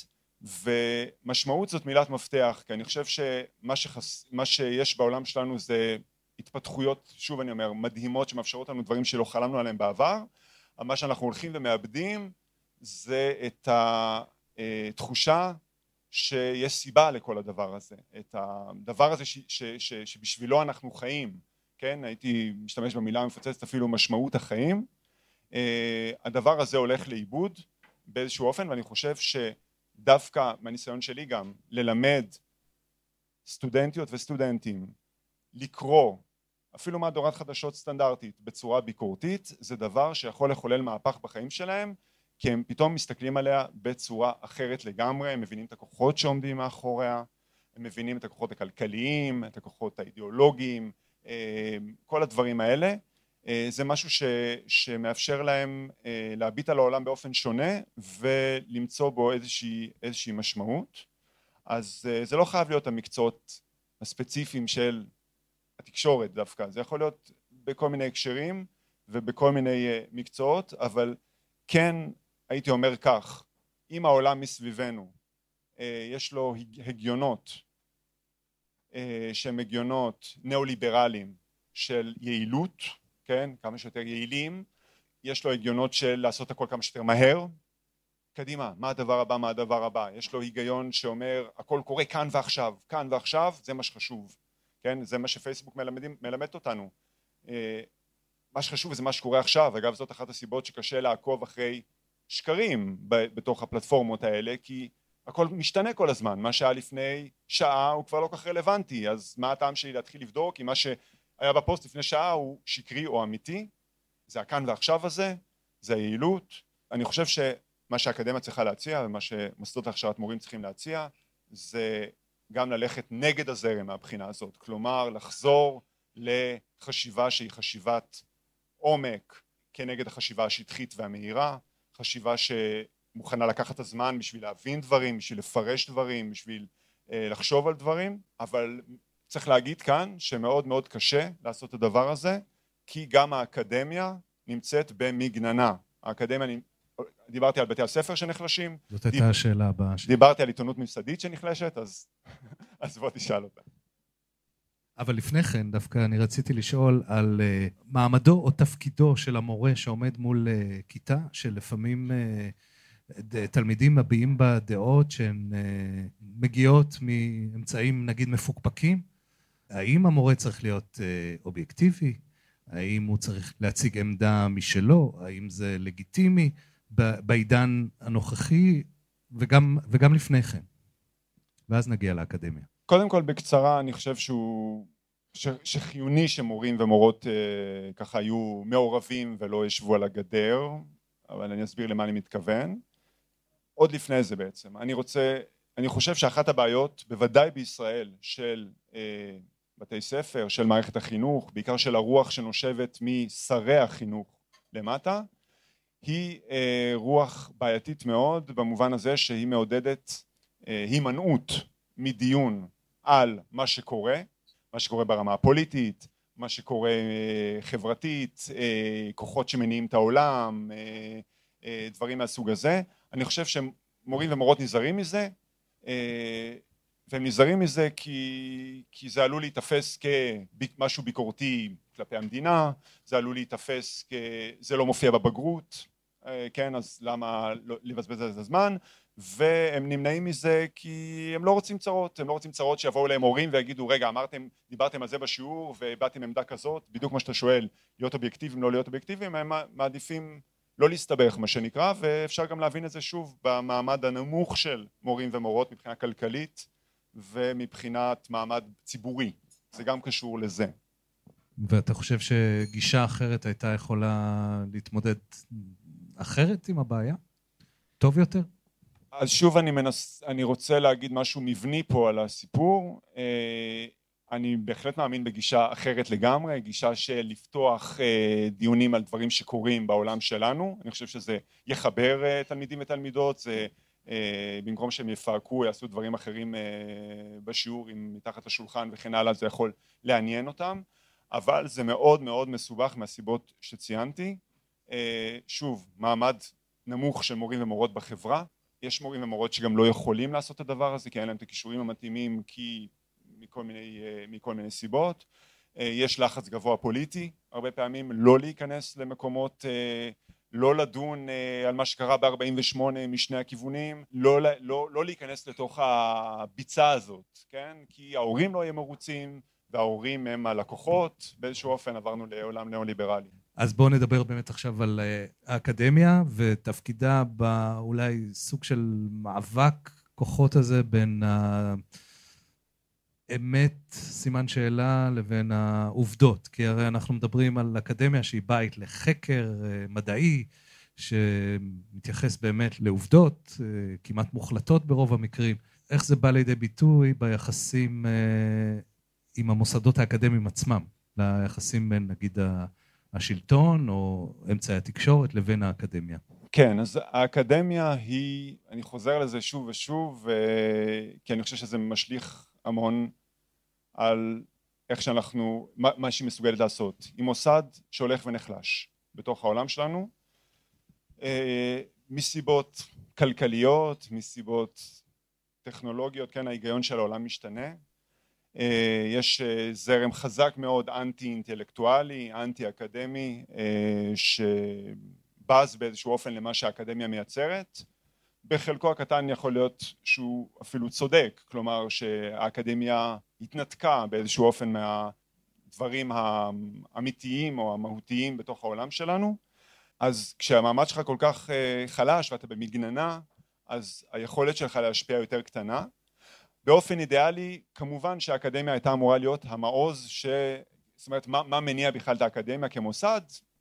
ומשמעות זאת מילת מפתח, כי אני חושב שמה שיש בעולם שלנו זה התפתחויות, שוב אני אומר, מדהימות שמאפשרות לנו דברים שלא חלמנו עליהם בעבר, אבל מה שאנחנו הולכים ומאבדים זה את התחושה שיש סיבה לכל הדבר הזה, את הדבר הזה שבשבילו אנחנו חיים, כן? הייתי משתמש במילה המפוצצת אפילו משמעות החיים, הדבר הזה הולך לאיבוד באיזשהו אופן, ואני חושב שדווקא מהניסיון שלי גם ללמד סטודנטיות וסטודנטים לקרוא אפילו מהדורת חדשות סטנדרטית בצורה ביקורתית, זה דבר שיכול לחולל מהפך בחיים שלהם, כי הם פתאום מסתכלים עליה בצורה אחרת לגמרי, הם מבינים את הכוחות שעומדים מאחוריה, הם מבינים את הכוחות הכלכליים, את הכוחות האידיאולוגיים, כל הדברים האלה, זה משהו שמאפשר להם להביט על העולם באופן שונה ולמצוא בו איזושהי משמעות. אז זה לא חייב להיות המקצועות הספציפיים של התקשורת דווקא, זה יכול להיות בכל מיני הקשרים ובכל מיני מקצועות, אבל כן הייתי אומר כך, אם העולם מסביבנו יש לו הגיונות שהם הגיונות ניאו-ליברליים של יעילות, כן, כמה שיותר יעילים, יש לו הגיונות של לעשות הכל כמה שיותר מהר, קדימה, מה הדבר הבא, מה הדבר הבא, יש לו היגיון שאומר הכל קורה כאן ועכשיו, כאן ועכשיו, זה מה שחשוב, כן, זה מה שפייסבוק מלמד אותנו, מה שחשוב זה מה שקורה עכשיו, אגב זאת אחת הסיבות שקשה לעקוב אחרי שקרים בתוך הפלטפורמות האלה, כי הכל משתנה כל הזמן, מה שהיה לפני שעה הוא כבר לא כך רלוונטי, אז מה הטעם שלי להתחיל לבדוק אם מה שהיה בפוסט לפני שעה הוא שקרי או אמיתי, זה הכאן ועכשיו הזה, זה היעילות, אני חושב שמה שהאקדמיה צריכה להציע ומה שמוסדות להכשרת מורים צריכים להציע, זה גם ללכת נגד הזרם מהבחינה הזאת, כלומר לחזור לחשיבה שהיא חשיבת עומק כנגד החשיבה השטחית והמהירה, חשיבה שמוכנה לקחת את הזמן בשביל להבין דברים, בשביל לפרש דברים, בשביל לחשוב על דברים, אבל צריך להגיד כאן שמאוד מאוד קשה לעשות את הדבר הזה, כי גם האקדמיה נמצאת במגננה. האקדמיה, דיברתי על בתי הספר שנחלשים, זאת הייתה השאלה הבאה. דיברתי על עיתונות ממסדית שנחלשת, אז בוא תשאל אותה. אבל לפני כן, דווקא אני רציתי לשאול על מעמדו או תפקידו של המורה שעומד מול כיתה, שלפעמים תלמידים מביעים בה דעות שהן מגיעות מאמצעים נגיד מפוקפקים. האם המורה צריך להיות אובייקטיבי? האם הוא צריך להציג עמדה משלו? האם זה לגיטימי בעידן הנוכחי וגם לפני כן? ואז נגיע לאקדמיה. קודם כל בקצרה אני חושב שחיוני שמורים ומורות ככה היו מעורבים ולא ישבו על הגדר, אבל אני אסביר למה אני מתכוון. עוד לפני זה בעצם, אני חושב שאחת הבעיות בוודאי בישראל של בתי ספר, של מערכת החינוך, בעיקר של הרוח שנושבת משרי החינוך למטה, היא רוח בעייתית מאוד במובן הזה שהיא מעודדת הימנעות מדיון על מה שקורה ברמה הפוליטית, מה שקורה חברתית, כוחות שמניעים את העולם, דברים מהסוג הזה. אני חושב שמורים ומורות נזהרים מזה, והם נזהרים מזה כי זה עלול להתאפס כמשהו ביקורתי כלפי המדינה, זה עלול להתאפס זה לא מופיע בבגרות, כן, אז למה לבזבז את הזמן, והם נמנעים מזה כי הם לא רוצים צרות, שיבואו להם הורים ויגידו רגע דיברתם על זה בשיעור והבעתם עמדה כזאת, בדיוק מה שאתה שואל, להיות אובייקטיביים לא להיות אובייקטיביים, הם מעדיפים לא להסתבך מה שנקרא, ואפשר גם להבין את זה שוב במעמד הנמוך של מורים ומורות מבחינה כלכלית ומבחינת מעמד ציבורי, זה גם קשור לזה. ואתה חושב שגישה אחרת הייתה יכולה להתמודד אחרת עם הבעיה? טוב יותר? אז שוב אני רוצה להגיד משהו מבני פה על הסיפור, אני בהחלט מאמין בגישה אחרת לגמרי, גישה של לפתוח דיונים על דברים שקורים בעולם שלנו, אני חושב שזה יחבר תלמידים ותלמידות, זה במקום שהם יפרקו, יעשו דברים אחרים בשיעור עם מתחת לשולחן וכן הלאה, זה יכול לעניין אותם, אבל זה מאוד מאוד מסובך מהסיבות שציינתי, שוב, מעמד נמוך של מורים ומורות בחברה, יש מורים ומורות שגם לא יכולים לעשות את הדבר הזה, כי אין להם את הכישורים המתאימים, כי מכל מיני סיבות, יש לחץ גבוה פוליטי, הרבה פעמים לא להיכנס למקומות, לא לדון על מה שקרה ב-48 משני הכיוונים, לא להיכנס לתוך הביצה הזאת, כן? כי ההורים לא יהיו מרוצים, וההורים הם הלקוחות, באיזשהו אופן עברנו לעולם ניאו-ליברלי. אז בואו נדבר באמת עכשיו על האקדמיה, ותפקידה באולי סוג של מאבק כוחות הזה בין האמת, סימן שאלה, לבין העובדות. כי הרי אנחנו מדברים על אקדמיה שהיא בית לחקר מדעי, שמתייחס באמת לעובדות, כמעט מוחלטות ברוב המקרים. איך זה בא לידי ביטוי ביחסים עם המוסדות האקדמיים עצמם, ליחסים בין נגיד השלטון או אמצעי התקשורת לבין האקדמיה? כן, אז האקדמיה היא, אני חוזר לזה שוב ושוב, כי אני חושב שזה משליך המון על איך שאנחנו, מה שהיא מסוגלת לעשות. היא מוסד שהולך ונחלש בתוך העולם שלנו, מסיבות כלכליות, מסיבות טכנולוגיות, כן, ההיגיון של העולם משתנה. יש זרם חזק מאוד אנטי אינטלקטואלי, אנטי אקדמי, שבז באיזשהו אופן למה שהאקדמיה מייצרת. בחלקו הקטן יכול להיות שהוא אפילו צודק, כלומר שהאקדמיה התנתקה באיזשהו אופן מהדברים האמיתיים או המהותיים בתוך העולם שלנו. אז כשהמעמד שלך כל כך חלש ואתה במגננה, אז היכולת שלך להשפיע יותר קטנה. באופן אידיאלי, כמובן שהאקדמיה הייתה אמורה להיות המעוז זאת אומרת, מה מניע בכלל את האקדמיה כמוסד?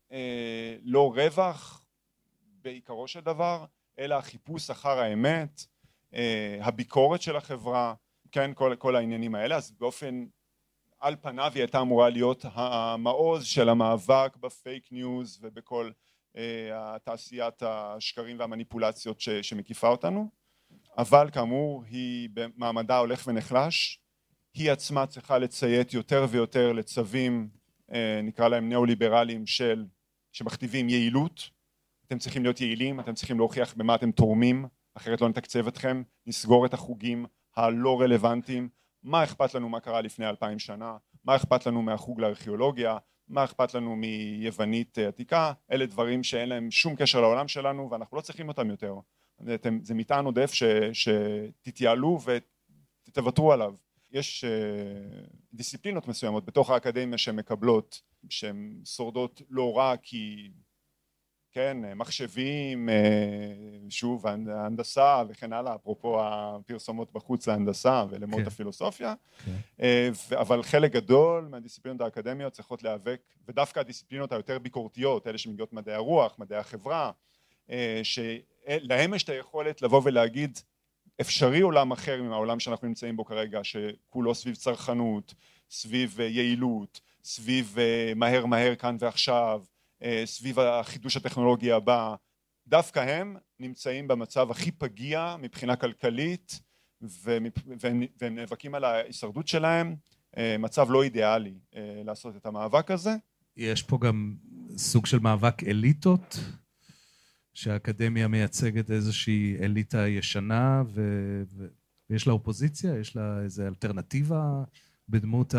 לא רווח בעיקרו של דבר, אלא החיפוש אחר האמת, הביקורת של החברה, כן, כל העניינים האלה. אז באופן, על פניו היא הייתה אמורה להיות המעוז של המאבק בפייק ניוז ובכל תעשיית השקרים והמניפולציות שמקיפה אותנו. אבל כאמור היא במעמדה הולך ונחלש, היא עצמה צריכה לציית יותר ויותר לצווים, נקרא להם ניאו-ליברליים, שמכתיבים יעילות. אתם צריכים להיות יעילים, אתם צריכים להוכיח במה אתם תורמים, אחרת לא נתקצב אתכם, נסגור את החוגים הלא רלוונטיים. מה אכפת לנו מה קרה לפני 2000 שנה, מה אכפת לנו מהחוג לארכיאולוגיה, מה אכפת לנו מיוונית עתיקה, אלה דברים שאין להם שום קשר לעולם שלנו ואנחנו לא צריכים אותם יותר. זה מטען עודף שתתייעלו ותוותרו עליו. יש דיסציפלינות מסוימות בתוך האקדמיה שמקבלות, שהן שורדות לא רע כי, כן, מחשבים, שוב, ההנדסה וכן הלאה, אפרופו הפרסומות בחוץ להנדסה ולמות הפילוסופיה, אבל חלק גדול מהדיסציפלינות האקדמיות צריכות להיאבק, ודווקא הדיסציפלינות היותר ביקורתיות, אלה שמגיעות מדעי הרוח, מדעי החברה, להם יש את היכולת לבוא ולהגיד אפשרי עולם אחר מהעולם שאנחנו נמצאים בו כרגע, שכולו סביב צרכנות, סביב יעילות, סביב מהר כאן ועכשיו, סביב החידוש הטכנולוגי הבא. דווקא הם נמצאים במצב הכי פגיע מבחינה כלכלית, והם נאבקים על ההישרדות שלהם, מצב לא אידיאלי לעשות את המאבק הזה. יש פה גם סוג של מאבק אליטות, שהאקדמיה מייצגת איזושהי אליטה ישנה, ויש לה אופוזיציה, יש לה איזו אלטרנטיבה בדמות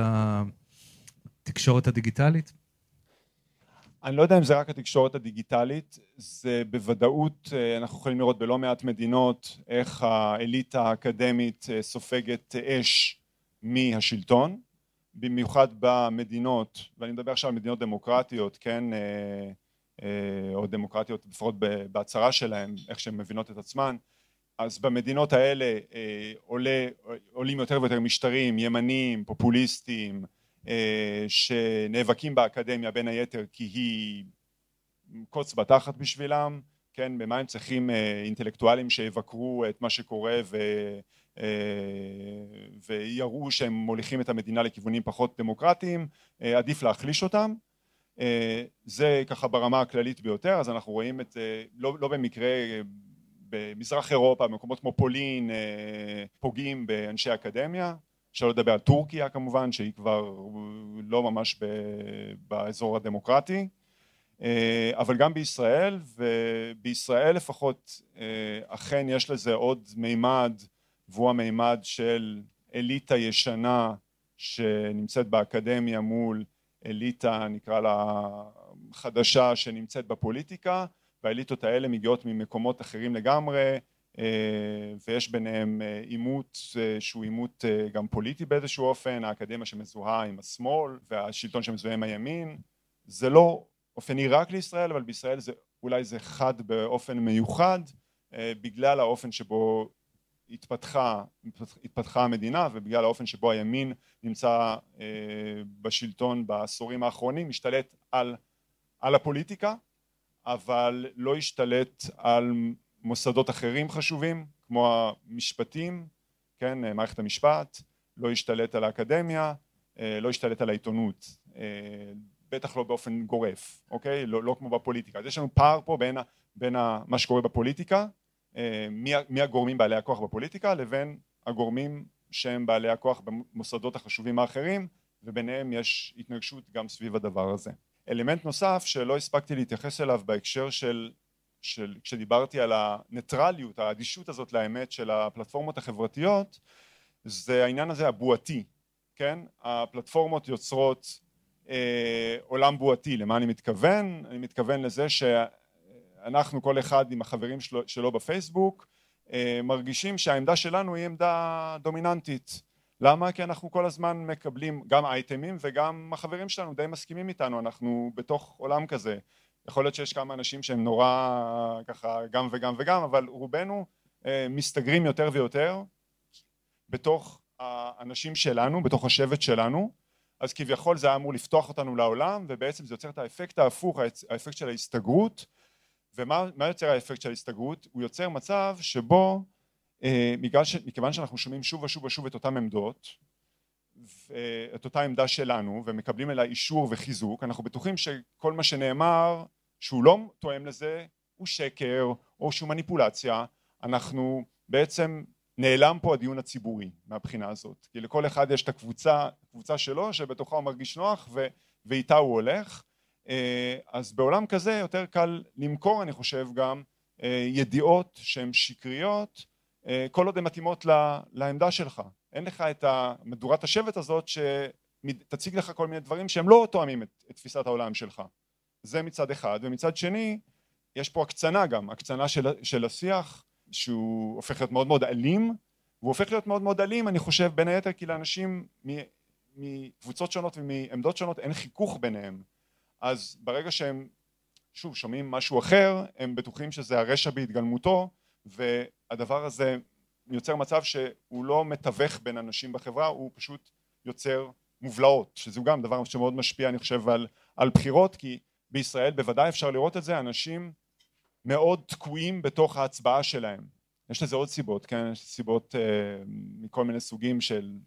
התקשורת הדיגיטלית? אני לא יודע אם זה רק התקשורת הדיגיטלית, זה בוודאות, אנחנו יכולים לראות בלא מעט מדינות, איך האליטה האקדמית סופגת אש מהשלטון, במיוחד במדינות, ואני מדבר עכשיו על מדינות דמוקרטיות, כן, או דמוקרטיות לפחות בהצהרה שלהם, איך שהן מבינות את עצמן, אז במדינות האלה עולים יותר ויותר משטרים ימניים, פופוליסטיים, שנאבקים באקדמיה בין היתר כי היא קוץ בתחת בשבילם, כן, במה הם צריכים אינטלקטואלים שיבקרו את מה שקורה ויראו שהם מוליכים את המדינה לכיוונים פחות דמוקרטיים, עדיף להחליש אותם. זה ככה ברמה הכללית ביותר. אז אנחנו רואים את זה לא במקרה במזרח אירופה, במקומות כמו פולין, פוגעים באנשי אקדמיה, שלא לדבר על טורקיה כמובן, שהיא כבר לא ממש באזור הדמוקרטי, אבל גם בישראל, ובישראל לפחות אכן יש לזה עוד מימד, והוא המימד של אליטה ישנה שנמצאת באקדמיה מול אליטה, נקרא לה חדשה, שנמצאת בפוליטיקה, והאליטות האלה מגיעות ממקומות אחרים לגמרי, ויש ביניהם עימות שהוא עימות גם פוליטי באיזשהו אופן, האקדמיה שמזוהה עם השמאל והשלטון שמזוהה עם הימין. זה לא אופני רק לישראל, אבל בישראל אולי זה חד באופן מיוחד, בגלל האופן שבו התפתחה המדינה, ובגלל האופן שבו הימין נמצא בשלטון בעשורים האחרונים, משתלט על הפוליטיקה, אבל לא השתלט על מוסדות אחרים חשובים, כמו המשפטים, כן, מערכת המשפט, לא השתלט על האקדמיה, לא השתלט על העיתונות, בטח לא באופן גורף, אוקיי? לא כמו בפוליטיקה. אז יש לנו פער פה בין מה שקורה בפוליטיקה, מי הגורמים בעלי הכוח בפוליטיקה, לבין הגורמים שהם בעלי הכוח במוסדות החשובים האחרים, וביניהם יש התנגשות גם סביב הדבר הזה. אלמנט נוסף שלא הספקתי להתייחס אליו בהקשר כשדיברתי על הניטרליות, האדישות הזאת לאמת של הפלטפורמות החברתיות, זה העניין הזה הבועתי, כן? הפלטפורמות יוצרות עולם בועתי. למה אני מתכוון? אני מתכוון לזה שאנחנו כל אחד עם החברים שלו בפייסבוק מרגישים שהעמדה שלנו היא עמדה דומיננטית. למה? כי אנחנו כל הזמן מקבלים גם אייטמים, וגם החברים שלנו די מסכימים איתנו, אנחנו בתוך עולם כזה. יכול להיות שיש כמה אנשים שהם נורא ככה גם וגם וגם, אבל רובנו מסתגרים יותר ויותר בתוך האנשים שלנו, בתוך השבט שלנו, אז כביכול זה אמור לפתוח אותנו לעולם, ובעצם זה יוצר את האפקט ההפוך, האפקט של ההסתגרות. ומה יוצר האפקט של ההסתגרות? הוא יוצר מצב שבו מכיוון שאנחנו שומעים שוב ושוב ושוב את אותם עמדות, את אותה עמדה שלנו, ומקבלים אליה אישור וחיזוק, אנחנו בטוחים שכל מה שנאמר שהוא לא תואם לזה הוא שקר או שהוא מניפולציה. אנחנו בעצם נעלם פה הדיון הציבורי מהבחינה הזאת, כי לכל אחד יש את הקבוצה שלו שבתוכה הוא מרגיש נוח ואיתה הוא הולך. אז בעולם כזה יותר קל למכור, אני חושב, גם ידיעות שהן שקריות, כל עוד הן מתאימות לעמדה שלך. אין לך את מדורת השבט הזאת שתציג לך כל מיני דברים שהם לא תואמים את תפיסת העולם שלך. זה מצד אחד. ומצד שני יש פה הקצנה גם, הקצנה של השיח, שהוא הופך להיות מאוד מאוד אלים, והוא הופך להיות מאוד מאוד אלים, אני חושב, בין היתר כי לאנשים מקבוצות שונות ומעמדות שונות אין חיכוך ביניהם. אז ברגע שהם שוב שומעים משהו אחר, הם בטוחים שזה הרשע בהתגלמותו, והדבר הזה יוצר מצב שהוא לא מתווך בין אנשים בחברה, הוא פשוט יוצר מובלעות, שזהו גם דבר שמאוד משפיע, אני חושב, על בחירות, כי בישראל בוודאי אפשר לראות את זה, אנשים מאוד תקועים בתוך ההצבעה שלהם. יש לזה עוד סיבות, כן? יש סיבות מכל מיני סוגים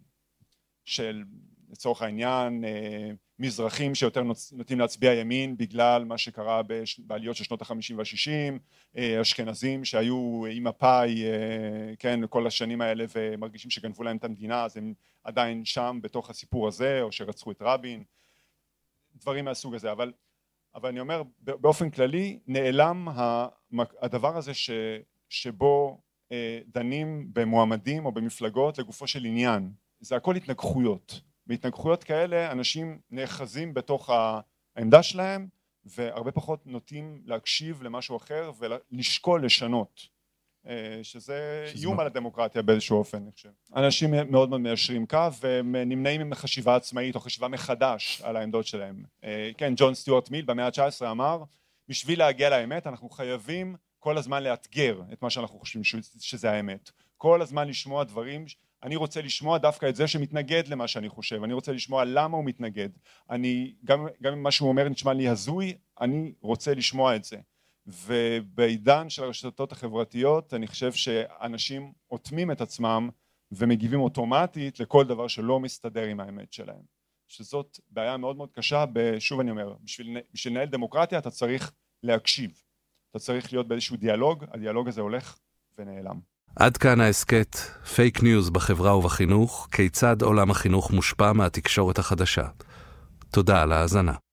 של לצורך העניין, מזרחים שיותר נוטים להצביע ימין בגלל מה שקרה בעליות של שנות ה-50 וה-60, אשכנזים שהיו עם מפא"י, כן, כל השנים האלה ומרגישים שגנבו להם את המדינה, אז הם עדיין שם בתוך הסיפור הזה, או שרצחו את רבין, דברים מהסוג הזה. אבל אני אומר, באופן כללי, נעלם הדבר הזה שבו דנים במועמדים או במפלגות לגופו של עניין. זה הכל התנגחויות. בהתנגחויות כאלה אנשים נאחזים בתוך העמדה שלהם והרבה פחות נוטים להקשיב למשהו אחר ולשקול לשנות, שזה איום על הדמוקרטיה באיזשהו אופן, אני חושב. אנשים מאוד מאוד מיישרים קו והם נמנעים עם חשיבה עצמאית או חשיבה מחדש על העמדות שלהם. כן, ג'ון סטיוארט מיל במאה ה-19 אמר, בשביל להגיע לאמת אנחנו חייבים כל הזמן לאתגר את מה שאנחנו חושבים שזה האמת. כל הזמן לשמוע דברים, אני רוצה לשמוע דווקא את זה שמתנגד למה שאני חושב, אני רוצה לשמוע למה הוא מתנגד, גם אם מה שהוא אומר נשמע לי הזוי, אני רוצה לשמוע את זה. ובעידן של הרשתות החברתיות אני חושב שאנשים אוטמים את עצמם ומגיבים אוטומטית לכל דבר שלא מסתדר עם האמת שלהם, שזאת בעיה מאוד מאוד קשה. שוב אני אומר, בשביל לנהל דמוקרטיה אתה צריך להקשיב, אתה צריך להיות באיזשהו דיאלוג, הדיאלוג הזה הולך ונעלם. עד כאן העסקת פייק ניוז בחברה ובחינוך, כיצד עולם החינוך מושפע מהתקשורת החדשה. תודה על ההאזנה.